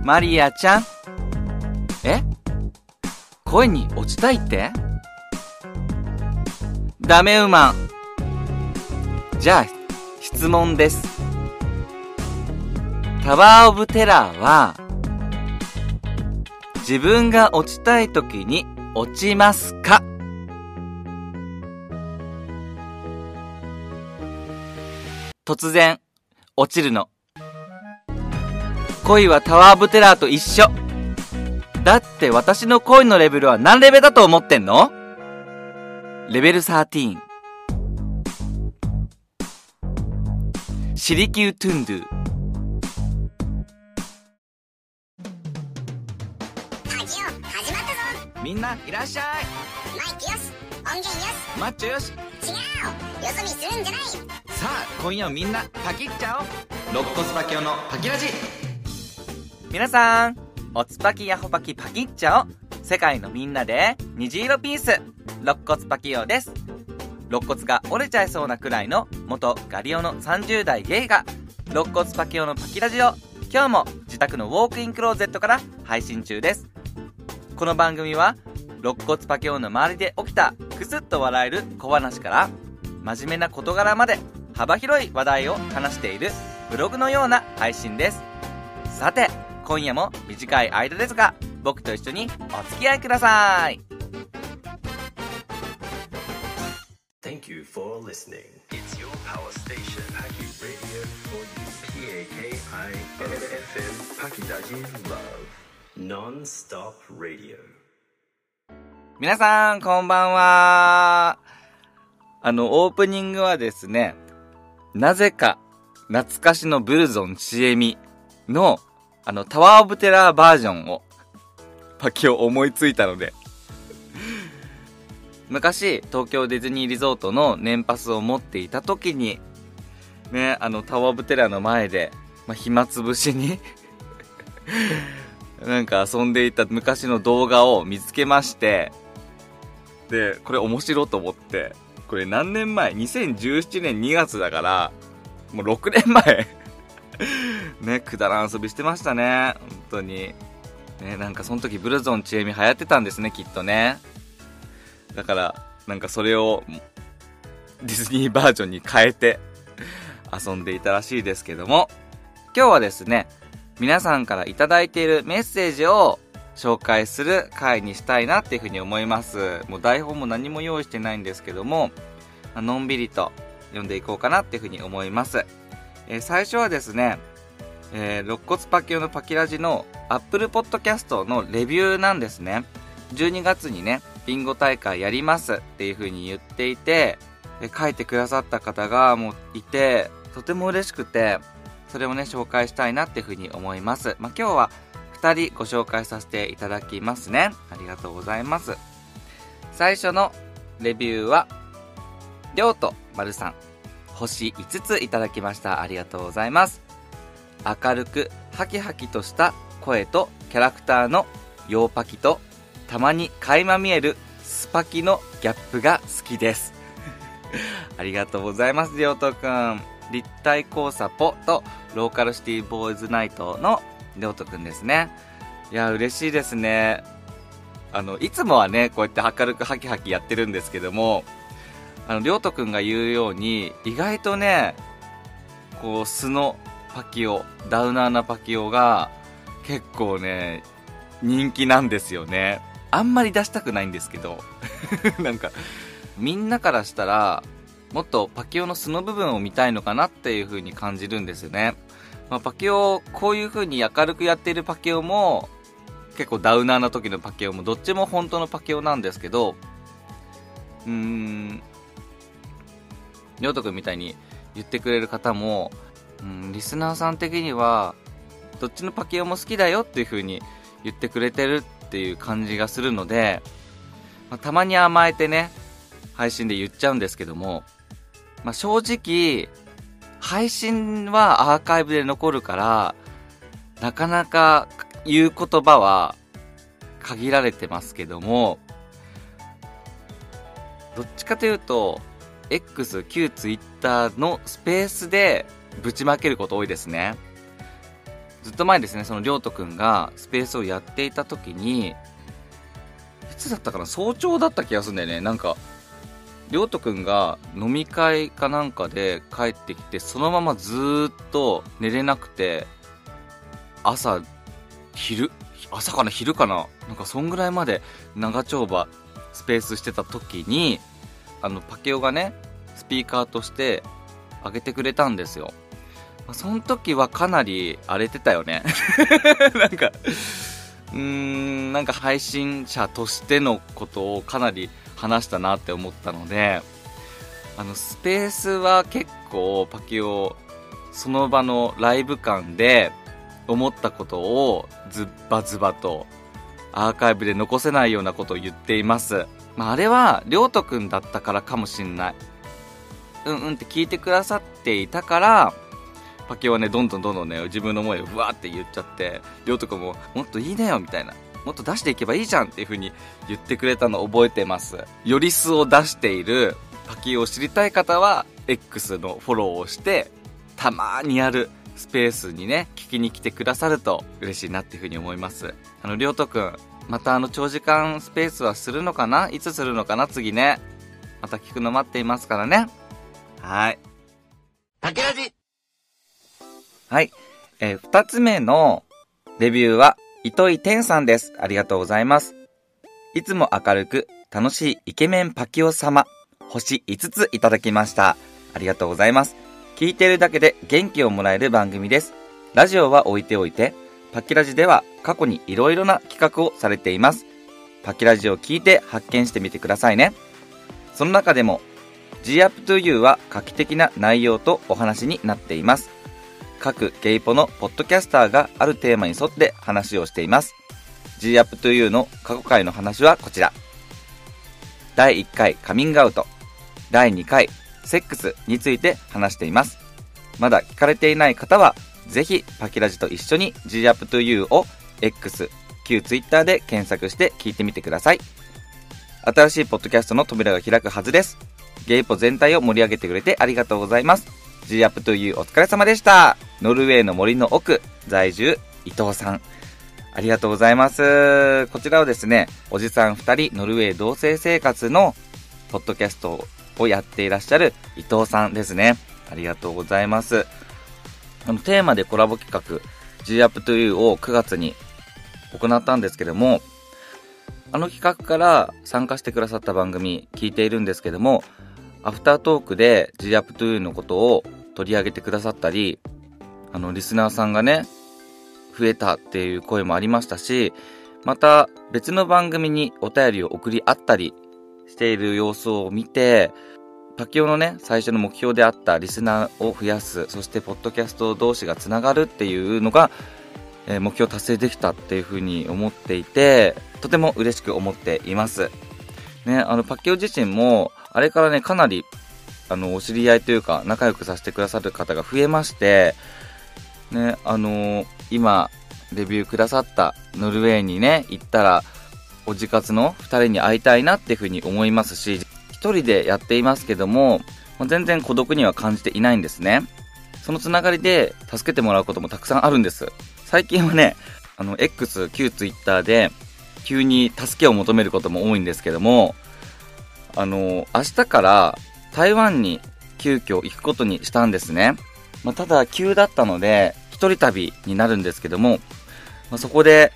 マリアちゃん。恋に落ちたいって？ダメウマン。じゃあ、質問です。タワーオブテラーは、自分が落ちたい時に落ちますか？突然、落ちるの。恋はタワーオブテラーと一緒。だって私の恋のレベルは何レベルだと思ってんの？レベル13。シリキュートゥンドゥ。 ラジオ始まったぞ。 みんないらっしゃい。 マイクよし、音源よし。 マッチョよし。 違う、よそ見するんじゃない。 さあ今夜みんなパキっちゃおう。肋骨パキオのパキラジ。皆さん、おつパキヤホパキパキっちゃおう。世界のみんなで虹色ピース、肋骨パキオです。肋骨が折れちゃいそうなくらいの元ガリオの30代ゲイが肋骨パキオのパキラジを今日も自宅のウォークインクローゼットから配信中です。この番組は肋骨パキオの周りで起きたクスッと笑える小話から真面目な事柄まで幅広い話題を話しているブログのような配信です。さて今夜も短い間ですが僕と一緒にお付き合いください。 Thank you for listening. It's your power station, Paki Radio for you. PAKI Paki Daji Love Non-stop radio. 皆さんこんばんは。オープニングはですね、なぜか懐かしのブルゾンちえみのタワーオブテラーバージョンをパキを思いついたので昔東京ディズニーリゾートの年パスを持っていた時にね、タワーオブテラーの前で、暇つぶしになんか遊んでいた昔の動画を見つけまして、でこれ面白いと思って、これ何年前？ 2017 年2月だからもう6年前ね、くだらん遊びしてましたね、本当にね。なんかその時ブルゾンちえみ流行ってたんですね、きっとね。だからなんかそれをディズニーバージョンに変えて遊んでいたらしいですけども、今日はですね、皆さんからいただいているメッセージを紹介する回にしたいなっていうふうに思います。もう台本も何も用意してないんですけども、のんびりと読んでいこうかなっていうふうに思います。最初はですね、肋骨パキオのパキラジの Apple Podcast のレビューなんですね。12月にね、ビンゴ大会やりますっていう風に言っていて、書いてくださった方がもういて、とても嬉しくて、それをね紹介したいなっていう風に思います。今日は2人ご紹介させていただきますね。ありがとうございます。最初のレビューはりょうとまるさん、星5ついただきました。ありがとうございます。明るくハキハキとした声とキャラクターのヨーパキとたまに垣間見えるスパキのギャップが好きですありがとうございます。りょうとくん、立体交差ポとローカルシティボーイズナイトのりょうとくんですね。いや嬉しいですね。いつもはねこうやって明るくハキハキやってるんですけども、りょうとくんが言うように意外とねこう素のパキオ、ダウナーなパキオが結構ね人気なんですよね。あんまり出したくないんですけどなんかみんなからしたらもっとパキオの素の部分を見たいのかなっていう風に感じるんですよね。パキオ、こういう風に明るくやっているパキオも結構ダウナーな時のパキオもどっちも本当のパキオなんですけど、りょうとくんみたいに言ってくれる方も、リスナーさん的にはどっちのパキオも好きだよっていう風に言ってくれてるっていう感じがするので、たまに甘えてね配信で言っちゃうんですけども、正直配信はアーカイブで残るからなかなか言う言葉は限られてますけども、どっちかというと X、旧 Twitter のスペースでぶちまけること多いですね。 ずっと前ですね、そのりょうとくんがスペースをやっていた時に、いつだったかな、早朝だった気がするんだよね。なんかりょうとくんが飲み会かなんかで帰ってきて、そのままずーっと寝れなくて、朝かな昼かな、なんかそんぐらいまで長丁場スペースしてた時に、パケオがねスピーカーとしてあげてくれたんですよ。その時はかなり荒れてたよねなんか配信者としてのことをかなり話したなって思ったので、スペースは結構パケオその場のライブ感で思ったことをズバズバとアーカイブで残せないようなことを言っています。あれはりょうとくんだったからかもしんない。って聞いてくださっていたから、パケオはねどんどんね自分の思いをうわーって言っちゃって、りょうとくんももっといいねよみたいな、もっと出していけばいいじゃんっていう風に言ってくれたのを覚えてます。より素を出しているパケオを知りたい方は X のフォローをして、たまーにやるスペースにね聞きに来てくださると嬉しいなっていう風に思います。りょうとくんまた長時間スペースはするのかな、いつするのかな次ね。また聞くの待っていますからね。はい、 パケラジ。 はい、2つ目のレビューは糸井天さんです。ありがとうございます。いつも明るく楽しいイケメンパキオ様、星5ついただきました。ありがとうございます。聞いてるだけで元気をもらえる番組です。ラジオは置いておいて、パキラジでは過去にいろいろな企画をされています。パキラジを聞いて発見してみてくださいね。その中でも G Up to You は画期的な内容とお話になっています。各ゲイポのポッドキャスターがあるテーマに沿って話をしています。 G Up to You の過去回の話はこちら。第1回カミングアウト、第2回セックスについて話しています。まだ聞かれていない方はぜひパキラジと一緒に G Up to You を X、旧 Twitter で検索して聞いてみてください。新しいポッドキャストの扉が開くはずです。ゲイポ全体を盛り上げてくれてありがとうございます。 G Up to You お疲れ様でした。ノルウェーの森の奥在住伊藤さん、ありがとうございます。こちらはですね、おじさん2人ノルウェー同棲生活のポッドキャストをやっていらっしゃる伊藤さんですね。ありがとうございます。テーマでコラボ企画 G Up to You を9月に行ったんですけども、企画から参加してくださった番組聞いているんですけども、アフタートークで G Up to You のことを取り上げてくださったり、リスナーさんがね増えたっていう声もありましたし、また別の番組にお便りを送り合ったりしている様子を見て、パキオのね最初の目標であったリスナーを増やす、そしてポッドキャスト同士がつながるっていうのが、目標達成できたっていう風に思っていて、とても嬉しく思っていますね。パキオ自身もあれからねかなりお知り合いというか仲良くさせてくださる方が増えましてね、今レビューくださったノルウェーにね行ったらおじかつの2人に会いたいなっていう風に思いますし、一人でやっていますけども全然孤独には感じていないんですね。そのつながりで助けてもらうこともたくさんあるんです。最近はねX 旧 Twitter で急に助けを求めることも多いんですけども、明日から台湾に急遽行くことにしたんですね。ただ急だったので一人旅になるんですけども、そこで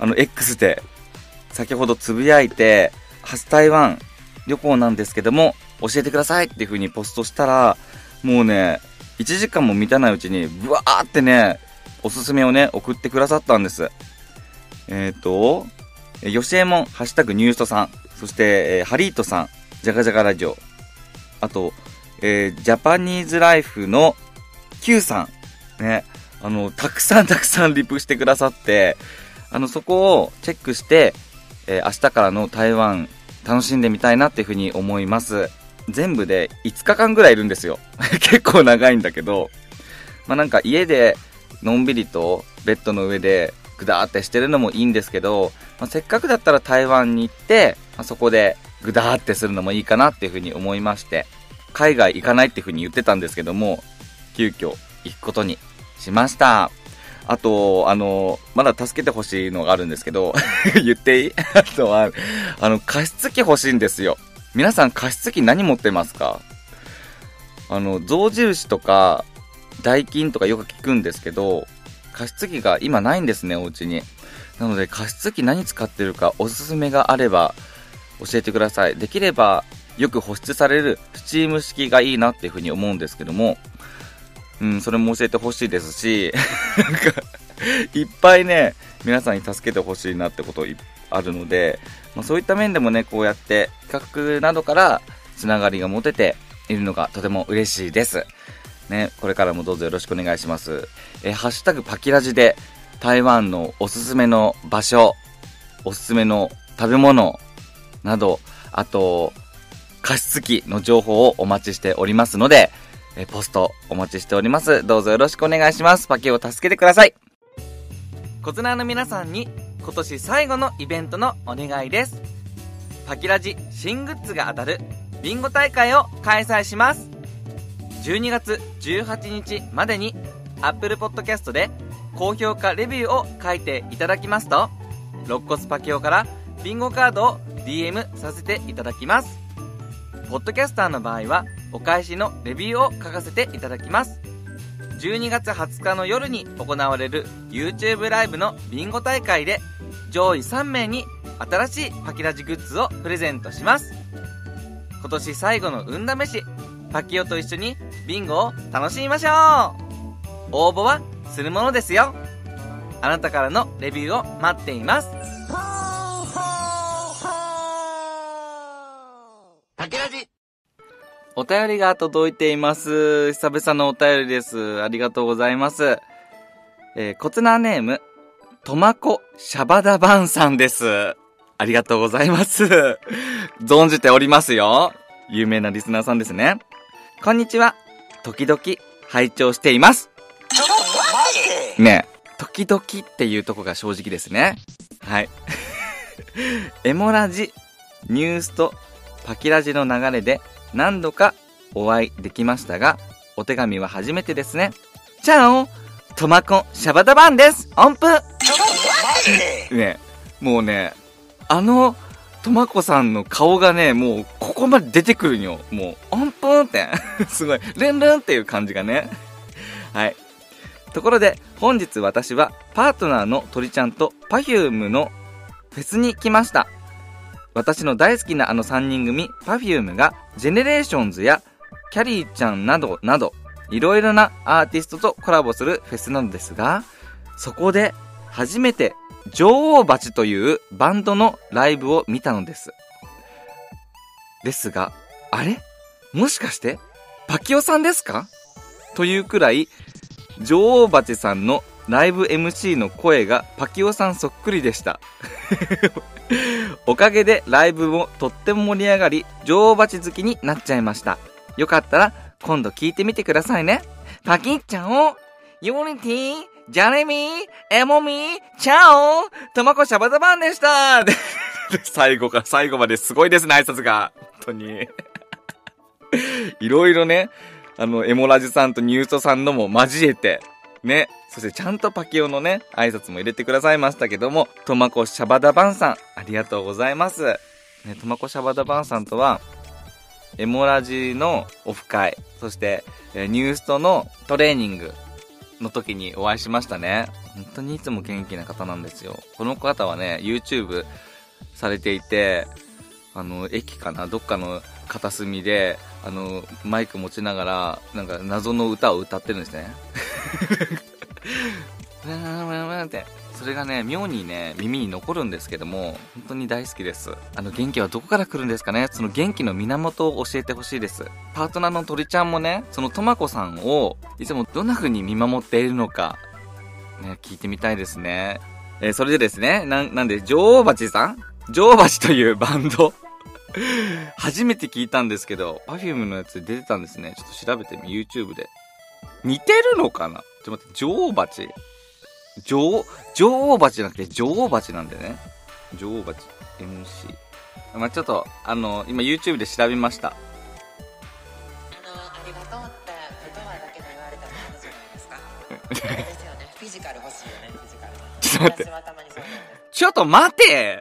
X で先ほどつぶやいて、初台湾旅行なんですけども教えてくださいっていう風にポストしたら、もうね1時間も満たないうちにブワーってねおすすめをね送ってくださったんです。よしえもんハッシュタグニューストさん、そして、ハリートさん、ジャガジャガラジオ、あと、ジャパニーズライフの Q さんね、たくさんリプしてくださって、そこをチェックして、明日からの台湾楽しんでみたいなっていうふうに思います。全部で5日間ぐらいいるんですよ結構長いんだけど、なんか家でのんびりとベッドの上でぐだーってしてるのもいいんですけど、せっかくだったら台湾に行って、そこでぐだーってするのもいいかなっていうふうに思いまして、海外行かないっていうふうに言ってたんですけども、急遽行くことにしました。 あと、まだ助けてほしいのがあるんですけど、言っていい？あとは、加湿器欲しいんですよ。皆さん加湿器何持ってますか？象印とか、ダイキンとかよく聞くんですけど、加湿器が今ないんですね、お家に。なので、加湿器何使ってるかおすすめがあれば教えてください。できれば、よく保湿されるスチーム式がいいなっていうふうに思うんですけども、それも教えてほしいですし、なんか、いっぱいね、皆さんに助けてほしいなってことあるので、そういった面でもね、こうやって企画などからつながりが持てているのがとても嬉しいです。ね、これからもどうぞよろしくお願いします。ハッシュタグパキラジで台湾のおすすめの場所、おすすめの食べ物など、あと加湿器の情報をお待ちしておりますので、ポストお待ちしております。どうぞよろしくお願いします。パキを助けてください。コツナーの皆さんに今年最後のイベントのお願いです。パキラジ新グッズが当たるビンゴ大会を開催します。12月18日までに Apple Podcast で高評価レビューを書いていただきますと、肋骨パキオからビンゴカードを DM させていただきます。ポッドキャスターの場合はお返しのレビューを書かせていただきます。12月20日の夜に行われる YouTube ライブのビンゴ大会で上位3名に新しいパキラジグッズをプレゼントします。今年最後の運試し、パキオと一緒にビンゴを楽しみましょう。応募はするものですよ。あなたからのレビューを待っています。 パキラジ。 お便りが届いています。久々のお便りです。ありがとうございます。コツナーネームトマコシャバダバンさんです。ありがとうございます。存じておりますよ。有名なリスナーさんですね。こんにちは。時々拝聴しています。 ちょっと待って。 ねえ、時々っていうとこが正直ですね。はい。エモラジ、ニュースとパキラジの流れで何度かお会いできましたが、お手紙は初めてですね。チャオトマコシャバダバンです。音符。 ちょっと待って。 ねえ、もうね、トマコさんの顔がね、もうここまで出てくるんよ。もう音符ってすごいルンルンっていう感じがね。はい。ところで本日私はパートナーの鳥ちゃんと Perfume のフェスに来ました。私の大好きな3人組 Perfume がジェネレーションズやキャリーちゃんなどなどいろいろなアーティストとコラボするフェスなのですが、そこで初めて女王蜂というバンドのライブを見たのです。ですが、あれ？もしかしてパキオさんですか？というくらい女王蜂さんのライブ MC の声がパキオさんそっくりでした。おかげでライブもとっても盛り上がり、女王蜂好きになっちゃいました。よかったら今度聞いてみてくださいね。パキッちゃんをユニティ、ジャレミー、エモミー、チャオトマコシャバダバンでした最後から最後まですごいですね、挨拶が。本当に。いろいろね、エモラジさんとニュースさんのも交えて、ね、そしてちゃんとパキオのね、挨拶も入れてくださいましたけども、トマコシャバダバンさん、ありがとうございます。ね、トマコシャバダバンさんとは、エモラジのオフ会、そして、ニュースとのトレーニングの時にお会いしましたね。本当にいつも元気な方なんですよ。この方はね、YouTube されていて、駅かな、どっかの片隅で、マイク持ちながら、なんか謎の歌を歌ってるんですね。ってそれがね、妙にね、耳に残るんですけども、本当に大好きです。元気はどこから来るんですかね。その元気の源を教えてほしいです。パートナーの鳥ちゃんもね、そのトマコさんをいつもどんな風に見守っているのか、ね、聞いてみたいですね。それでですね、なんで、女王蜂さん？女王蜂というバンド初めて聞いたんですけど、Perfume のやつ出てたんですね。ちょっと調べてみ、YouTube で。似てるのかな？ちょっと待って、女王蜂？女王蜂じゃなくて女王蜂なんでね。女王蜂 MC。まあ、ちょっと今 YouTube で調べました。 ありがとうって言葉だけで言われたら嫌じゃないですか。あれですよね。フィジカル欲しい。 ちょっと待って。ちょっと待て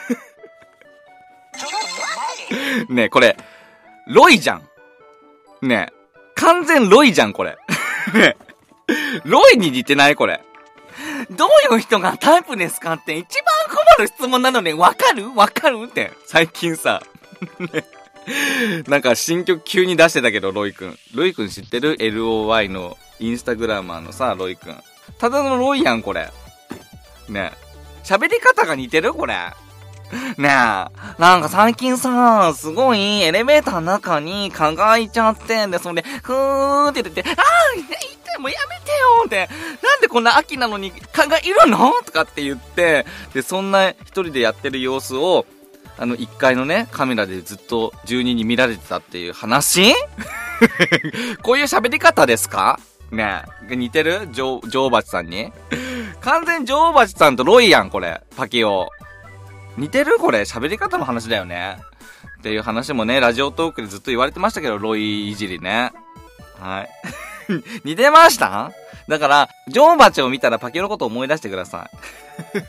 ねえ、これ、ロイじゃん。ねえ、完全ロイじゃん、これ。ねえ、ロイに似てないこれ。どういう人がタイプですかって一番困る質問なのね。わかるって。最近さ。ね、なんか新曲急に出してたけど、ロイくん。ロイくん知ってる？ LOY のインスタグラマーのさ、ロイくん。ただのロイやん、これ。ねえ。喋り方が似てるこれ。ねえ。なんか最近さ、すごいエレベーターの中に蚊がいちゃってんで、それで、ふーって言ってて、もうやめてよって、なんでこんな秋なのに蚊がいるのとかって言って、で、そんな一人でやってる様子を、1階のね、カメラでずっと住人に見られてたっていう話こういう喋り方ですかねえ。似てる？ジョーバチさんに完全ジョーバチさんとロイやん、これ。パキオ。似てる？これ。喋り方の話だよね。っていう話もね、ラジオトークでずっと言われてましたけど、ロイいじりね。はい。似てました？だから、ジョーバチを見たらパキオのことを思い出してください。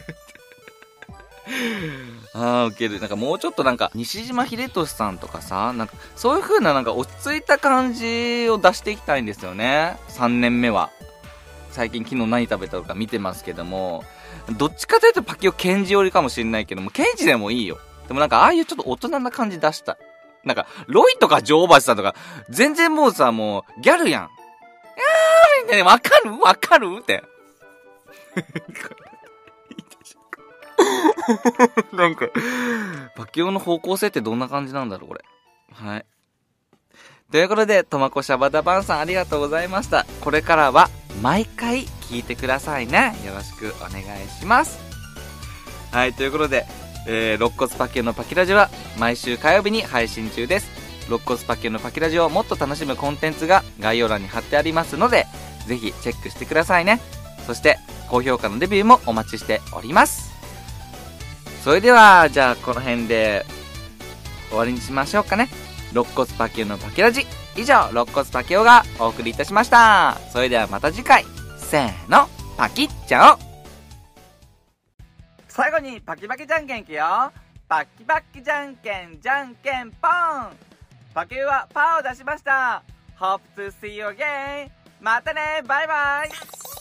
ウケる。なんかもうちょっとなんか、西島秀俊さんとかさ、なんか、そういう風ななんか落ち着いた感じを出していきたいんですよね。3年目は。最近昨日何食べたとか見てますけども、どっちかというとパキオケンジ寄りかもしんないけども、ケンジでもいいよ。でもなんかああいうちょっと大人な感じ出した。なんか、ロイとかジョーバチさんとか、全然もうさ、もう、ギャルやん。ね、わかるって。なんか、パキオの方向性ってどんな感じなんだろう、これ。はい。ということで、トマコシャバダバンさんありがとうございました。これからは、毎回聞いてくださいね。よろしくお願いします。はい、ということで、肋骨パキオのパキラジは、毎週火曜日に配信中です。肋骨パキオのパキラジをもっと楽しむコンテンツが概要欄に貼ってありますので、ぜひチェックしてくださいね。そして、高評価のレビューもお待ちしております。それでは、じゃあこの辺で終わりにしましょうかね。肋骨パキオのパキラジ。以上、肋骨パキオがお送りいたしました。それではまた次回。せーの、パキッチャオ。最後にパキパキじゃんけんいくよ。パキパキじゃんけん、じゃんけんポン。パキオはパーを出しました。Hope to see you again. またね、バイバイ。